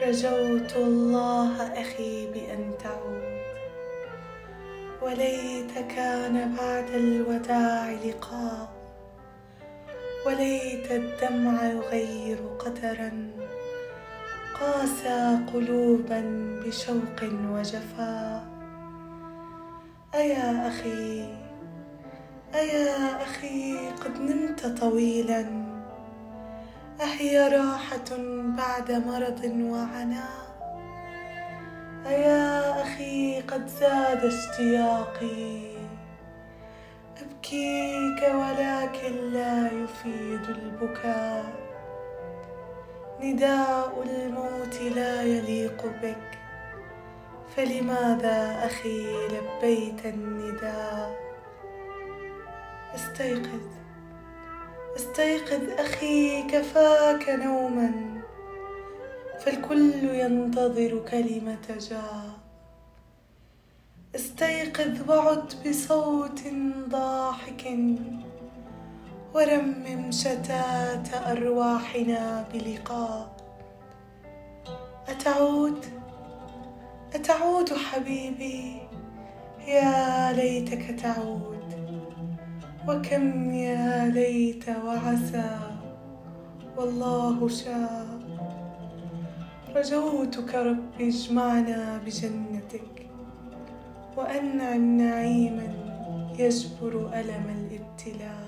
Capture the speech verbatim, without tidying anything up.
رجوت الله أخي بأن تعود، وليت كان بعد الوداع لقاء، وليت الدمع يغير قدرا قاسى قلوبا بشوق وجفاء. أيا أخي أيا أخي قد نمت طويلا، أهي راحة بعد مرض وعناء؟ أيا أخي قد زاد اشتياقي، أبكيك ولكن لا يفيد البكاء. نداء الموت لا يليق بك، فلماذا أخي لبيت النداء؟ استيقظ استيقظ أخي، كفاك نوما، فالكل ينتظر كلمة جاء. استيقظ وعد بصوت ضاحك، ورمم شتات أرواحنا بلقاء. أتعود أتعود حبيبي؟ يا ليتك تعود، وكم يا ليت وعسى والله شاء. رجوتك رب اجمعنا بجنتك، وأنعم نعيما يجبر ألم الابتلاء.